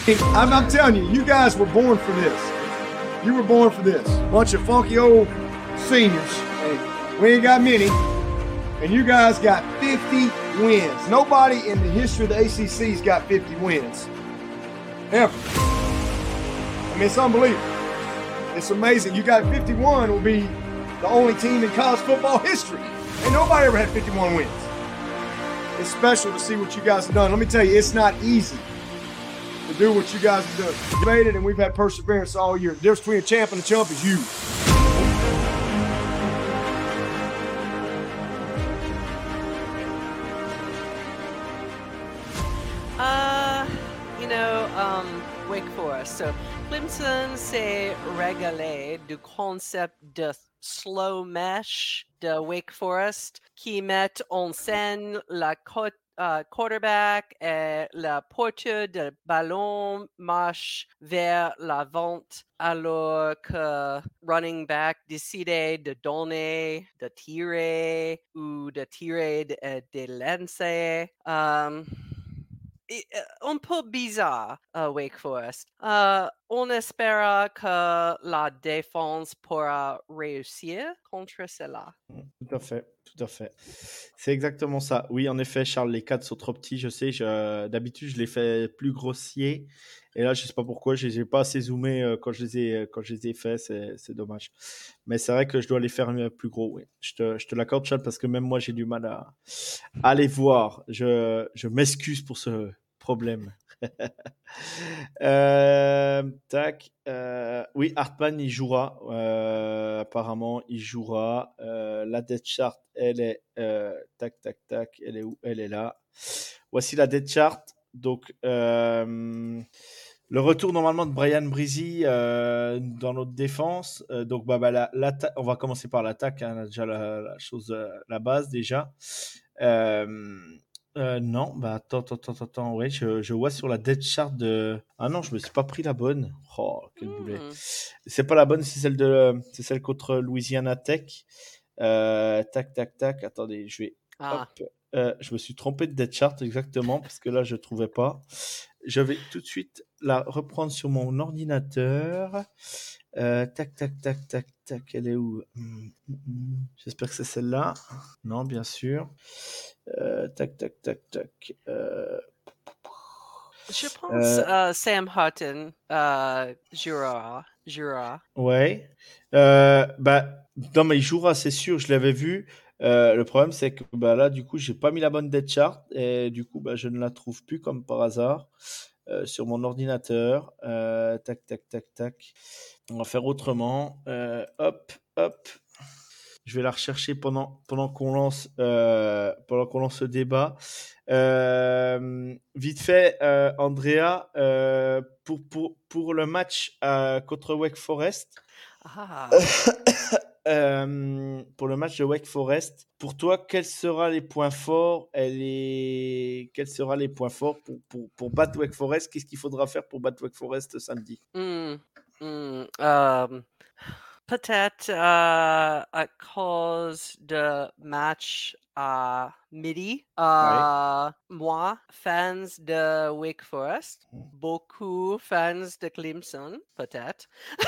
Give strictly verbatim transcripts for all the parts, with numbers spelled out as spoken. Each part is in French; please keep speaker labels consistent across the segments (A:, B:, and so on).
A: I'm, I'm telling you, you guys were born for this. You were born for this. Bunch of funky old seniors. And we ain't got many. And you guys got fifty wins. Nobody in the history of the A C C's got fifty wins. Ever. I mean, it's unbelievable. It's amazing. You got fifty-one will be the only team in college football history. And nobody ever had fifty-one wins. It's special to see what you guys have done. Let me tell you, it's not easy to do what you guys have done. You made it, and we've had perseverance all year. The difference between a champ and a chump is you.
B: Uh, you know, um, Wake Forest. So, Clemson s'est régalé du concept de slow mesh de Wake Forest qui met en scène la côte Uh, quarterback et le porteur de ballon marche vers l'avant alors que running back décide de donner, de tirer ou de tirer de, de lancer. Um, et, uh, un peu bizarre, uh, Wake Forest. Uh, on espère que la défense pourra réussir contre cela.
C: Tout à fait, tout à fait. C'est exactement ça. Oui, en effet, Charles, les cadres sont trop petits. Je sais, je, d'habitude, je les fais plus grossiers. Et là, je ne sais pas pourquoi, je n'ai pas assez zoomé euh, quand, je les ai, quand je les ai faits. C'est, c'est dommage. Mais c'est vrai que je dois les faire plus gros. Oui. Je te, je te l'accorde, Charles, parce que même moi, j'ai du mal à, à les voir. Je, je m'excuse pour ce problème. euh, tac. Euh, oui, Hartman, il jouera. Euh, apparemment, il jouera. Euh, la depth chart, elle est. Euh, tac, tac, tac. Elle est où? Elle est là. Voici la depth chart. Donc, euh, le retour normalement de Brian Brizzi euh, dans notre défense. Euh, donc, bah, bah, la, on va commencer par l'attaque. Hein, on a déjà la, la chose, la base déjà. Euh, Euh, non, bah attends, attends, attends, attends, ouais, je, je vois sur la depth chart de... Ah non, je me suis pas pris la bonne. Oh, quel mmh. boulet. C'est pas la bonne, c'est celle de, c'est celle contre Louisiana Tech. Euh, tac, tac, tac, attendez, je vais... Ah. Hop, euh, je me suis trompé de depth chart exactement, parce que là, je trouvais pas. Je vais tout de suite la reprendre sur mon ordinateur. Euh, tac, tac, tac, tac, tac, elle est où? mmh, mmh. J'espère que c'est celle-là. Non, bien sûr. Euh, tac, tac, tac, tac. Euh...
B: Je pense euh, uh, Sam Hutton uh, jouera. jouera.
C: Ouais. Euh, bah, non, mais il jouera, c'est sûr, je l'avais vu. Euh, le problème, c'est que bah, là, du coup, j'ai pas mis la bonne depth chart et du coup, bah, je ne la trouve plus comme par hasard euh, sur mon ordinateur. Euh, tac, tac, tac, tac. On va faire autrement. Euh, hop, hop. Je vais la rechercher pendant, pendant qu'on lance, euh, pendant qu'on lance ce débat. Euh, vite fait, euh, Andrea, euh, pour, pour, pour le match euh, contre Wake Forest,
B: ah.
C: euh, pour le match de Wake Forest, pour toi, quels seront les points forts et les... quels seront les points forts pour, pour, pour battre Wake Forest? Qu'est-ce qu'il faudra faire pour battre Wake Forest samedi?
B: Mm, mm, um... Peut-être euh, à cause de match à midi. Euh,
C: ouais.
B: Moi, fans de Wake Forest, beaucoup fans de Clemson, peut-être.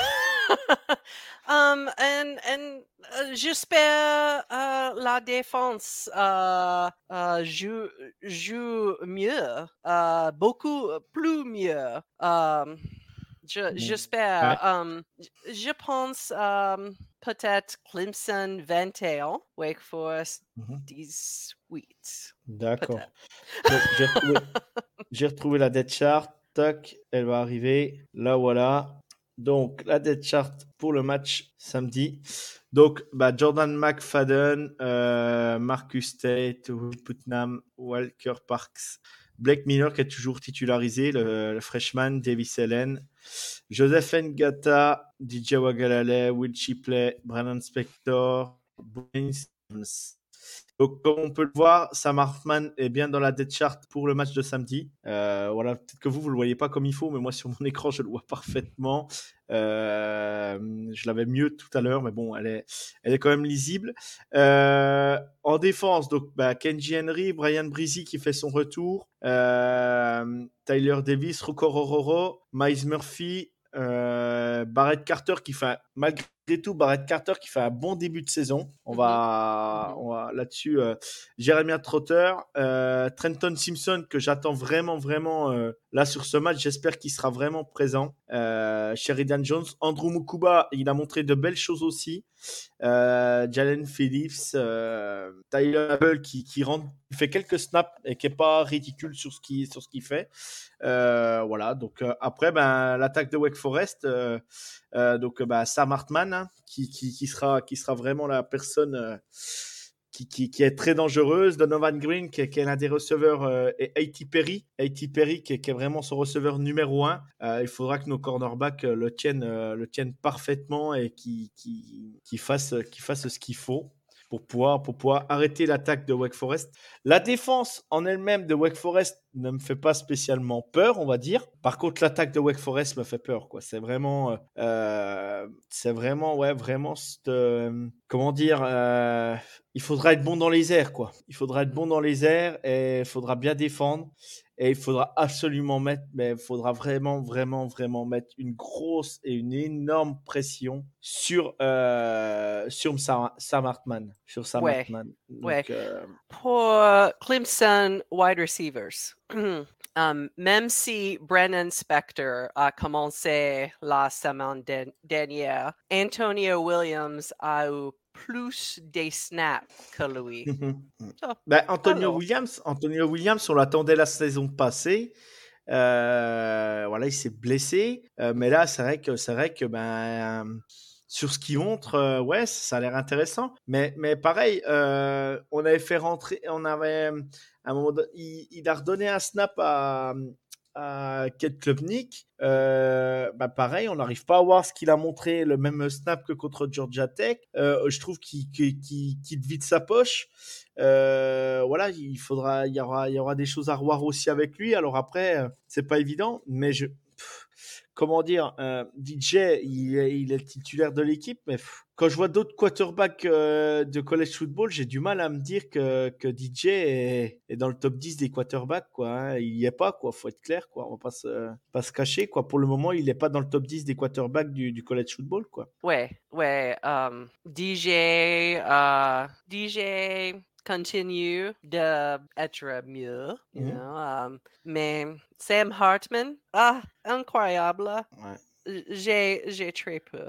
B: um, and, and uh, j'espère uh, la défense uh, uh, joue, joue mieux, uh, beaucoup plus mieux. Um, Je, j'espère.
C: Ouais.
B: Um, je pense um, peut-être Clemson vingt et un, Wake Forest mm-hmm. dix-huit.
C: D'accord. Donc, j'ai, retrouvé, j'ai retrouvé la depth chart. Tac, elle va arriver. Là, voilà. Donc, la depth chart pour le match samedi. Donc, bah, Jordan McFadden, euh, Marcus Tate, Will Putnam, Walker Parks, Blake Miller qui est toujours titularisé, le, le freshman, Davis Allen, Joseph Ngata, D J Wagalale, Will Shipley, Brandon Spector, Brian Sims, Donc, comme on peut le voir, Sam Hartman est bien dans la depth chart pour le match de samedi. Euh, voilà, peut-être que vous, vous le voyez pas comme il faut, mais moi, sur mon écran, je le vois parfaitement. Euh, je l'avais mieux tout à l'heure, mais bon, elle est, elle est quand même lisible. Euh, en défense, donc, bah, Kenji Henry, Brian Brizzy qui fait son retour, euh, Tyler Davis, Rocco Rororo, Miles Murphy, euh, Barrett Carter qui fait, malgré tout, Barrett Carter qui fait un bon début de saison. On va,
B: Mhm.
C: on va là-dessus. Euh, Jeremiah Trotter, euh, Trenton Simpson que j'attends vraiment, vraiment euh, là sur ce match. J'espère qu'il sera vraiment présent. Euh, Sheridan Jones, Andrew Mukuba, il a montré de belles choses aussi. Euh, Jalen Phillips, euh, Tyler Hubble qui, qui rentre, qui fait quelques snaps et qui est pas ridicule sur ce qu'il sur ce qu'il fait. Euh, voilà. Donc euh, après, ben l'attaque de Wake Forest, euh, euh, donc ben, Sam Hartman hein, qui, qui qui sera qui sera vraiment la personne. Euh, Qui, qui, qui, est très dangereuse. Donovan Green, qui est, qui est l'un des receveurs, euh, et A T Perry, A T Perry qui est, qui est vraiment son receveur numéro un. Euh, il faudra que nos cornerbacks euh, le, tiennent, euh, le tiennent parfaitement et qui, qui, qui, fassent, qui fassent ce qu'il faut pour pouvoir, pour pouvoir arrêter l'attaque de Wake Forest. La défense en elle-même de Wake Forest ne me fait pas spécialement peur, on va dire. Par contre, l'attaque de Wake Forest me fait peur, quoi. C'est vraiment, euh, c'est vraiment, ouais, vraiment, euh, comment dire, euh, il faudra être bon dans les airs, quoi. Il faudra être bon dans les airs et il faudra bien défendre. Et il faudra absolument mettre, mais il faudra vraiment, vraiment, vraiment mettre une grosse et une énorme pression sur, euh, sur Sam, Sam Hartman. Sur Sam
B: ouais.
C: Hartman. Donc,
B: ouais.
C: Euh...
B: Pour Clemson wide receivers, um, même si Brennan Spector a commencé la semaine de- dernière, Antonio Williams a eu plus des snaps que lui.
C: so, ben, Antonio
B: alors.
C: Williams, Antonio Williams, on l'attendait la saison passée. Euh, voilà, il s'est blessé, euh, mais là, c'est vrai que c'est vrai que ben euh, sur ce qu'il montre, euh, ouais, ça a l'air intéressant. Mais mais pareil, euh, on avait fait rentrer, on avait à un moment, donné, il, il a redonné un snap à à Kate Klubnik, euh, bah pareil, on n'arrive pas à voir ce qu'il a montré, le même snap que contre Georgia Tech. Euh, je trouve qu'il, qu'il, qu'il, qu'il vide sa poche. Euh, voilà, il faudra, il y aura, il y aura des choses à revoir aussi avec lui. Alors après, c'est pas évident, mais je, pff, comment dire, euh, D J, il est, il est le titulaire de l'équipe, mais pff, quand je vois d'autres quarterbacks euh, de college football, j'ai du mal à me dire que, que D J est, est dans le top dix des quarterbacks, quoi. Hein. Il y est pas, quoi. Faut être clair, quoi. On va pas se, pas se cacher, quoi. Pour le moment, il est pas dans le top dix des quarterbacks du, du college football, quoi.
B: Ouais, ouais. Um, D J, uh, D J continue d'être mieux, you
C: Mm-hmm.
B: know. Um, mais Sam Hartman, ah, incroyable.
C: Ouais.
B: J'ai, j'ai très peu.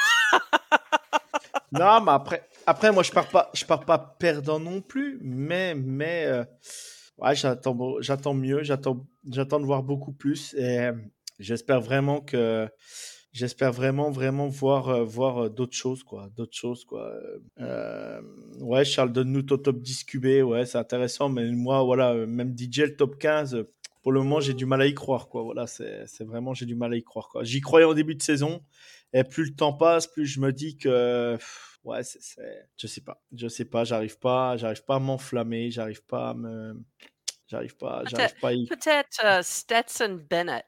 C: Non, mais après, après moi, je pars pas, je pars pas perdant non plus, mais, mais, euh, ouais, j'attends, j'attends mieux, j'attends, j'attends de voir beaucoup plus, et euh, j'espère vraiment que, j'espère vraiment, vraiment voir, euh, voir euh, d'autres choses, quoi, d'autres choses, quoi. Euh, ouais, Charles, donne-nous ton top dix Q B, ouais, c'est intéressant, mais moi, voilà, même D J le top quinze. Euh, pour le moment, j'ai du mal à y croire, quoi. Voilà, c'est, c'est vraiment, j'ai du mal à y croire, quoi. J'y croyais en début de saison. Et plus le temps passe, plus je me dis que, pff, ouais, c'est, c'est, je sais pas, je sais pas, j'arrive pas, j'arrive pas à m'enflammer, j'arrive pas à me, j'arrive pas,
B: Peut-être,
C: j'arrive pas à y...
B: peut-être uh, Stetson Bennett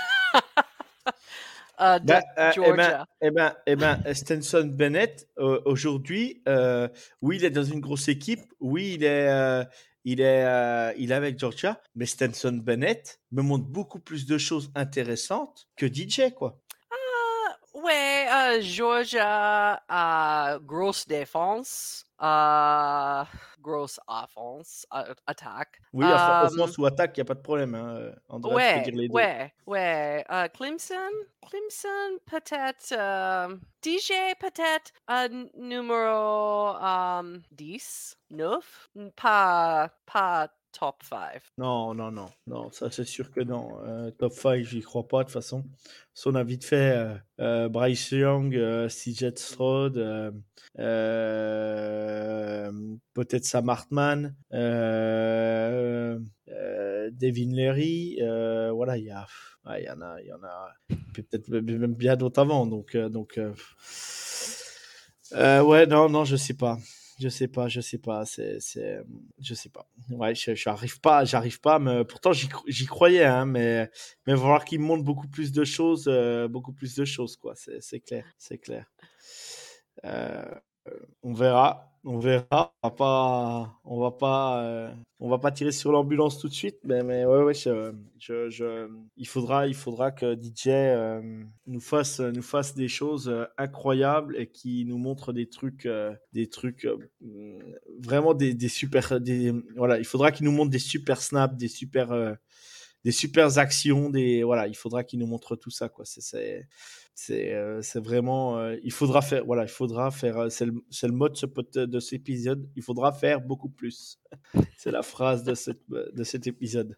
B: uh, de
C: Ben, euh,
B: Georgia.
C: Eh ben, eh ben, eh ben, Stetson Bennett euh, aujourd'hui, euh, oui, il est dans une grosse équipe, oui, il est, euh, il est, euh, il est avec Georgia, mais Stetson Bennett me montre beaucoup plus de choses intéressantes que D J, quoi.
B: Uh, ouais, uh, Georgia a uh, grosse défense, uh, grosse offense, uh, attaque.
C: Oui,
B: um,
C: offense ou attaque, il n'y a pas de problème. Hein. Andrea,
B: ouais,
C: tu peux dire les deux.
B: Ouais, ouais. Uh, Clemson, Clemson peut-être, uh, D J peut-être uh, numéro um, dix, neuf, pas, pas top cinq.
C: Non, non, non, non, ça c'est sûr que non. Euh, top cinq, j'y crois pas de toute façon. On a vite fait euh, euh, Bryce Young, euh, C J Stroud, euh, euh, peut-être Sam Hartman, euh, euh, Devin Leary. Euh, voilà, il y a, il y en a, il y en a peut-être même bien d'autres avant. Donc, euh, donc, euh, euh, ouais, non, non, je sais pas. Je sais pas, je sais pas, c'est, c'est, je sais pas. Ouais, je, j'arrive pas, j'arrive pas. Mais pourtant, j'y, j'y croyais, hein, mais, mais il va falloir qu'il montre beaucoup plus de choses, euh, beaucoup plus de choses, quoi. C'est, c'est clair, c'est clair. Euh, on verra, on verra. On va pas, on va pas, euh, on va pas tirer sur l'ambulance tout de suite, mais, mais ouais, ouais, je, je, je, il faudra, il faudra que D J euh, nous fasse, nous fasse des choses euh, incroyables et qui nous montre des trucs, euh, des trucs euh, vraiment des, des super, des, voilà, il faudra qu'il nous montre des super snaps, des super, euh, des super actions, des, voilà, il faudra qu'il nous montre tout ça, quoi. C'est, c'est, c'est, euh, c'est vraiment, euh, il faudra faire, voilà, il faudra faire, euh, c'est le, c'est le mot de, ce, de cet épisode, il faudra faire beaucoup plus. C'est la phrase de, cette, de cet épisode.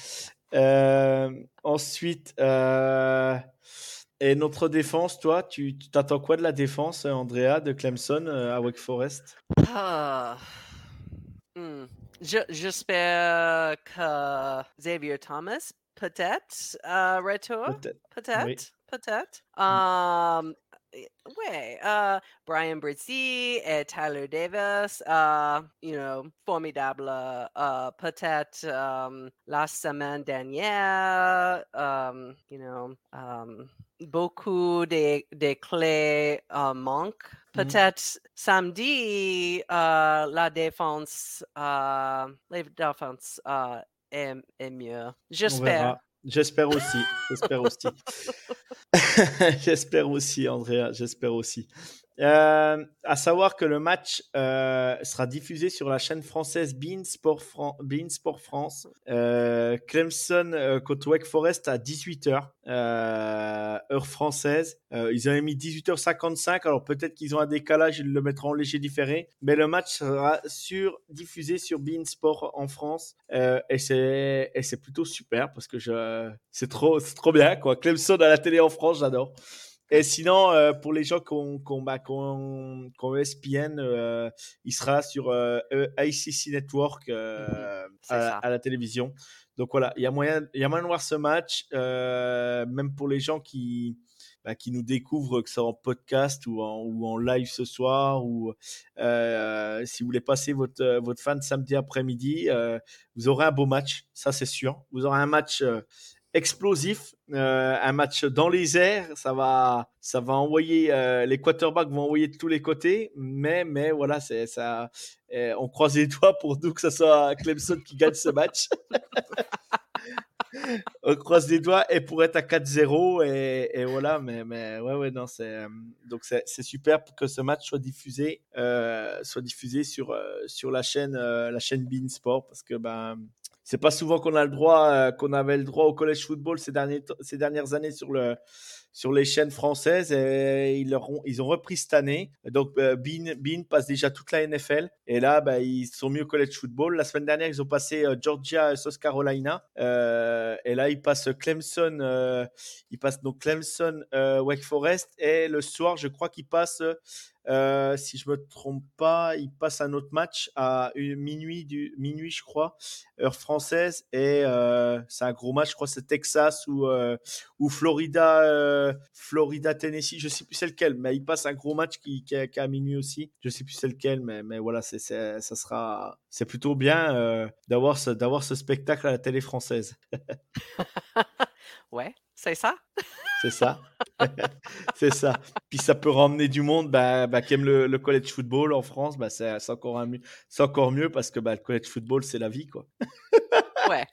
C: Euh, ensuite, euh, et notre défense, toi, tu, tu t'attends quoi de la défense, Andrea, de Clemson euh, à Wake Forest?
B: Ah. Hmm. Je, j'espère que Xavier Thomas, peut-être, euh, retour.
C: Peut-être.
B: Peut-être.
C: Oui.
B: Peut-être. Um, ouais. Uh, Brian Brzee et Tyler Davis, uh, you know, formidable. Uh, peut-être um, la semaine dernière, um, you know, um, beaucoup de, de clés uh, manquent. Peut-être mm. samedi, uh, la défense, uh, la défense uh, est, est mieux. J'espère.
C: J'espère aussi. J'espère aussi. J'espère aussi, Andrea. J'espère aussi. Euh, à savoir que le match euh, sera diffusé sur la chaîne française beIN Sport, Fran- beIN Sport France. Euh, Clemson euh, contre Wake Forest à dix-huit heures, euh, heure française. Euh, ils avaient mis dix-huit heures cinquante-cinq, alors peut-être qu'ils ont un décalage, ils le mettront en léger différé. Mais le match sera sur, diffusé sur beIN Sport en France. Euh, et, c'est, et c'est plutôt super parce que je, c'est, trop, c'est trop bien, quoi. Clemson à la télé en France, j'adore. Et sinon, euh, pour les gens qui ont, qui ont, bah, qui ont, qui ont E S P N, euh, il sera sur euh, A C C Network euh, à, à la télévision. Donc voilà, il y a moyen, il y a moyen de voir ce match, euh, même pour les gens qui, bah, qui nous découvrent, que ce soit en podcast ou en, ou en live ce soir, ou euh, si vous voulez passer votre, votre fan samedi après-midi, euh, vous aurez un beau match, ça c'est sûr. Vous aurez un match euh, explosif, euh, un match dans les airs, ça va, ça va envoyer, euh, les quarterbacks vont envoyer de tous les côtés, mais, mais voilà, c'est ça. Euh, on croise les doigts pour nous que ce soit Clemson qui gagne ce match. On croise les doigts et pour être à quatre zéro et, et voilà, mais, mais ouais, ouais, non, c'est euh, donc c'est, c'est super que ce match soit diffusé, euh, soit diffusé sur euh, sur la chaîne, euh, la chaîne beIN Sport, parce que ben. C'est pas souvent qu'on a le droit, euh, qu'on avait le droit au college football ces, derniers, ces dernières années sur, le, sur les chaînes françaises, et ils, leur ont, ils ont repris cette année. Donc, euh, beIN, beIN passe déjà toute la N F L. Et là, bah, ils sont mis au college football. La semaine dernière, ils ont passé euh, Georgia, South Carolina. Euh, et là, ils passent Clemson, euh, ils passent donc Clemson, euh, Wake Forest. Et le soir, je crois qu'ils passent. Euh, si je me trompe pas, il passe un autre match à une, minuit, du, minuit, je crois, heure française, et euh, c'est un gros match, je crois que c'est Texas ou, euh, ou Florida, euh, Florida, Tennessee, je sais plus c'est lequel, mais il passe un gros match qui, qui, qui est à minuit aussi, je sais plus c'est lequel, mais, mais voilà, c'est, c'est, ça sera, c'est plutôt bien euh, d'avoir, ce, d'avoir ce spectacle à la télé française.
B: Ouais, c'est ça.
C: C'est ça. C'est ça. Puis ça peut ramener du monde bah, bah, qui aime le, le college football en France. Bah, c'est, c'est, encore un, c'est encore mieux parce que bah, le college football, c'est la vie, quoi.
B: Ouais.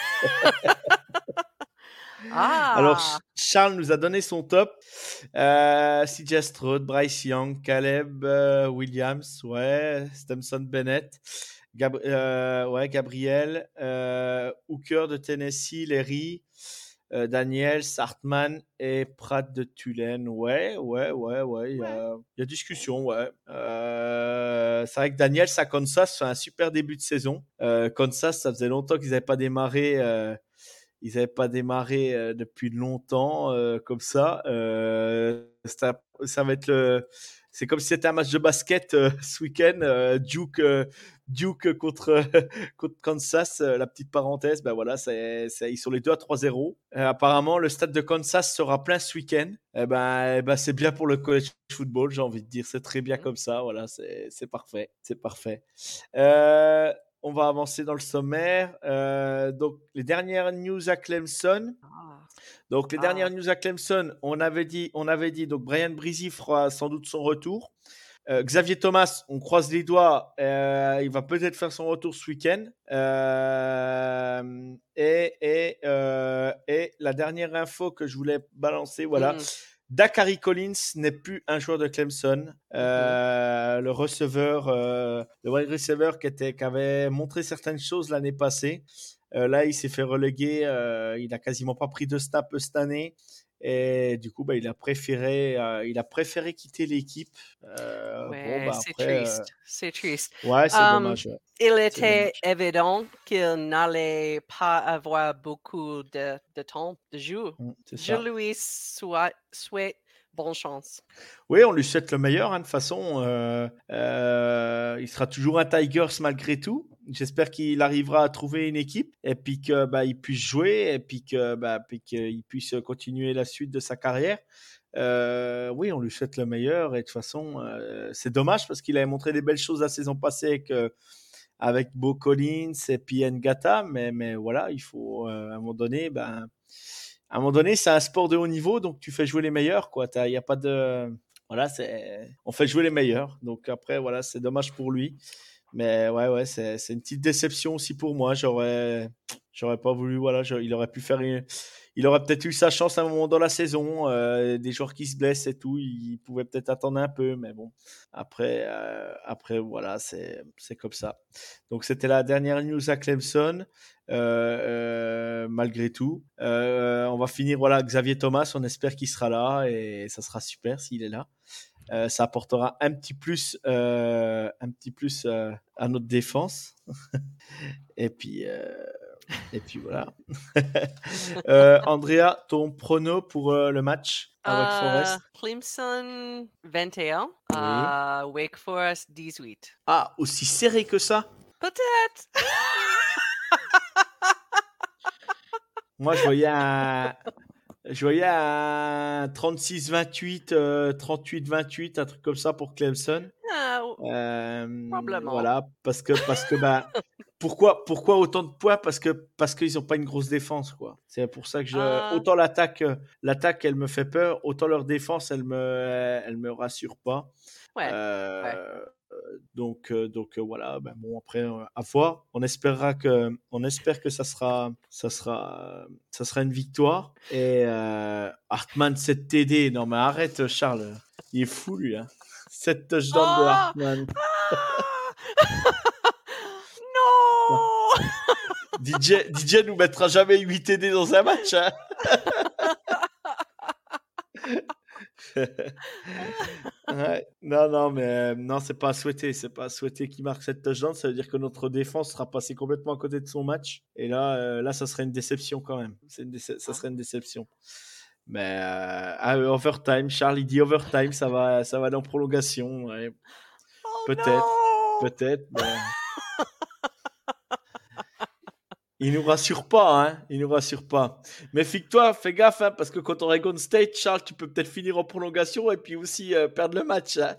B: Ah.
C: Alors, Charles nous a donné son top. Euh, C J Stroud, Bryce Young, Caleb euh, Williams, ouais, Stemson Bennett, Gab- euh, ouais, Gabriel, euh, Hooker de Tennessee, Larry, euh, Daniel, Sartman et Pratt de Tulane. Ouais, ouais, ouais, ouais. Il y a, y a discussion, ouais. Euh, c'est vrai que Daniel, à Kansas, c'est un super début de saison. Euh, Kansas, ça faisait longtemps qu'ils n'avaient pas démarré. Euh, Ils n'avaient pas démarré euh, depuis longtemps euh, comme ça. Euh, ça. Ça va être le, c'est comme si c'était un match de basket euh, ce week-end. euh, Duke, euh, Duke contre, contre Kansas, euh, la petite parenthèse, ben voilà, c'est, c'est, ils sont les deux à trois zéro. Euh, apparemment, le stade de Kansas sera plein ce week-end. Eh ben, eh ben, c'est bien pour le college football, j'ai envie de dire. C'est très bien comme ça. Voilà, c'est, c'est parfait. C'est parfait. Euh, on va avancer dans le sommaire. Euh, donc, les dernières news à Clemson.
B: Ah.
C: Donc, les
B: Ah.
C: dernières news à Clemson, on avait dit, on avait dit donc Brian Brisy fera sans doute son retour. Euh, Xavier Thomas, on croise les doigts, euh, il va peut-être faire son retour ce week-end. Euh, et, et, euh, et la dernière info que je voulais balancer, voilà. Mm. Dakari Collins n'est plus un joueur de Clemson. Euh, mm-hmm. Le receveur, euh, le wide receiver qui, était, qui avait montré certaines choses l'année passée. Euh, là, il s'est fait reléguer. Euh, il n'a quasiment pas pris de snap cette année. Et du coup, bah, il, a préféré, euh, il a préféré quitter l'équipe. Euh,
B: ouais,
C: bon, bah,
B: c'est
C: après,
B: triste.
C: Euh...
B: C'est triste.
C: Ouais, c'est um, dommage. Ouais.
B: Il était évident qu'il n'allait pas avoir beaucoup de, de temps de jeu. Mmh, Je ça. lui souhaite, souhaite bonne chance.
C: Oui, on lui souhaite le meilleur. Hein, de toute façon, euh, euh, il sera toujours un Tigers malgré tout. J'espère qu'il arrivera à trouver une équipe et puis qu'il bah, puisse jouer et puis que, bah, puis qu'il puisse continuer la suite de sa carrière. Euh, oui, on lui souhaite le meilleur et de toute façon, euh, c'est dommage parce qu'il avait montré des belles choses la saison passée avec, euh, avec Bo Collins et puis Ngata, mais, mais voilà, il faut euh, à un moment donné, ben, à un moment donné, c'est un sport de haut niveau, donc tu fais jouer les meilleurs, quoi. Il n'y a pas de, voilà, c'est, on fait jouer les meilleurs. Donc après, voilà, c'est dommage pour lui. Mais ouais, ouais, c'est, c'est une petite déception aussi pour moi. J'aurais, j'aurais pas voulu, voilà, je, il aurait pu faire, une, il aurait peut-être eu sa chance à un moment dans la saison. Euh, des joueurs qui se blessent et tout, il pouvait peut-être attendre un peu, mais bon. Après, euh, après, voilà, c'est, c'est comme ça. Donc c'était la dernière news à Clemson. Euh, euh, malgré tout, euh, on va finir, voilà, Xavier Thomas. On espère qu'il sera là et ça sera super s'il est là. Euh, ça apportera un petit plus, euh, un petit plus euh, à notre défense. et puis, euh, et puis voilà. euh, Andrea, ton prono pour euh, le match avec
B: uh,
C: Forest?
B: Clemson vingt et un, oui. uh, Wake Forest dix-huit.
C: Ah, aussi serré que ça?
B: Peut-être.
C: Moi, je voyais un. Je voyais un trente-six vingt-huit, euh, trente-huit vingt-huit, un truc comme ça pour Clemson.
B: Ah,
C: euh,
B: probablement.
C: Voilà, parce que, parce que bah, pourquoi, pourquoi autant de points? Parce que parce qu'ils n'ont pas une grosse défense, quoi. C'est pour ça que je. Uh... Autant l'attaque, l'attaque, elle me fait peur, autant leur défense, elle me, elle me rassure pas.
B: Ouais.
C: Euh,
B: ouais.
C: Donc, euh, donc euh, voilà. Ben bon, après, euh, à voir. On espérera que, on espère que ça sera, ça sera, ça sera une victoire. Et euh, Hartman sept T D. Non mais arrête, Charles. Il est fou lui. Hein. sept touchdowns oh de Hartman.
B: Non.
C: D J, D J nous mettra jamais huit T D dans un match. Hein. Ouais. Non, non, mais non, c'est pas à souhaiter. C'est pas à souhaiter qu'il marque cette touchdown. Ça veut dire que notre défense sera passée complètement à côté de son match. Et là, euh, là, ça serait une déception quand même. C'est une déce- ça serait une déception. Mais euh, ah, overtime, Charles, il dit overtime, ça va, ça va aller en prolongation. Ouais.
B: Oh
C: peut-être,
B: no.
C: peut-être. Mais... Il nous rassure pas, hein. Il nous rassure pas. Mais figue-toi, fais gaffe, hein, parce que quand on Oregon State, Charles, tu peux peut-être finir en prolongation et puis aussi euh, perdre le match. Hein.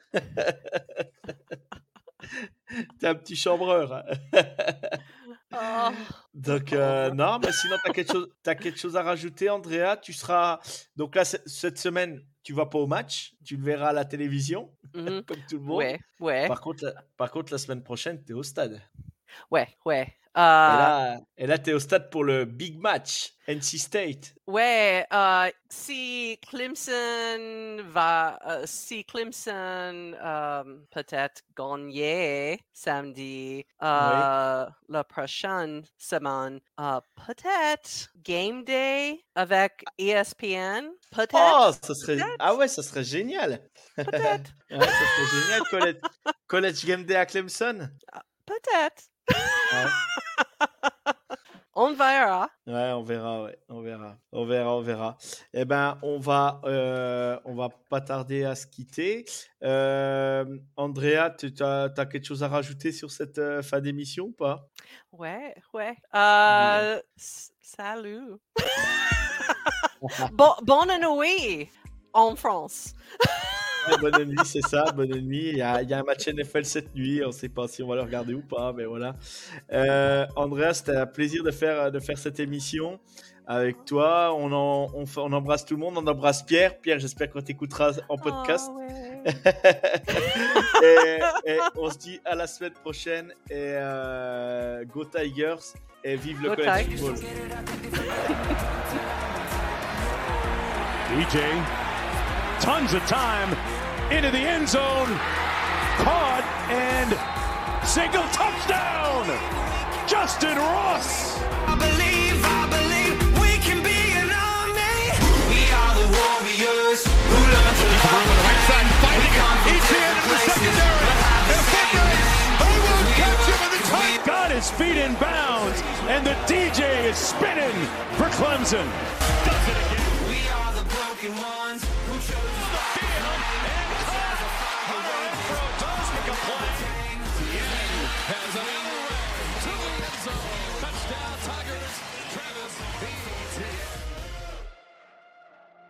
C: T'es un petit chambreur. Hein.
B: Oh.
C: Donc euh, non, mais sinon t'as quelque chose, t'as quelque chose à rajouter, Andrea. Tu seras donc là c- cette semaine, tu vas pas au match, tu le verras à la télévision, mm-hmm. comme tout le monde.
B: Ouais, ouais.
C: Par contre, la, par contre, la semaine prochaine, t'es au stade.
B: Ouais, ouais.
C: Uh... Et là, et là, t'es au stade pour le big match, N C State.
B: Ouais, uh, si Clemson va, uh, si Clemson um, peut-être gagner samedi, uh, oui. La prochaine semaine, uh, peut-être Game Day avec E S P N. Peut-être.
C: Oh, ça serait,
B: peut-être.
C: ah ouais, ça serait génial.
B: Peut-être.
C: Ouais, ça serait génial, college, college Game Day à Clemson.
B: Uh, peut-être.
C: Ouais.
B: On verra.
C: Ouais, on verra, ouais, on verra, on verra, on verra. Eh ben, on va, euh, on va pas tarder à se quitter. Euh, Andrea, tu as, t'as quelque chose à rajouter sur cette euh, fin d'émission ou pas?
B: Ouais, ouais. Euh, s- salut. bon, bonne nuit en France.
C: Ouais, bonne nuit, c'est ça, bonne nuit. Il y a, il y a un match N F L cette nuit, on ne sait pas si on va le regarder ou pas, mais voilà. Euh, Andrea, c'était un plaisir de faire, de faire cette émission avec toi. On, en, on, on embrasse tout le monde, on embrasse Pierre. Pierre, j'espère qu'on t'écoutera en podcast.
B: Oh, ouais.
C: et, et on se dit à la semaine prochaine. Et euh, Go Tigers et vive le
B: Go
C: college
B: Tigers.
C: football.
D: D J, tons of time into the end zone, caught and single touchdown, Justin Ross.
E: I believe, I believe we can be an army. We are the warriors who learn to love.
D: On the right side, fighting it. Etienne in the secondary. And a foot race. They will catch him in the tight. Got his feet in bounds, and the D J is spinning for Clemson. Does it again.
E: We are the broken ones.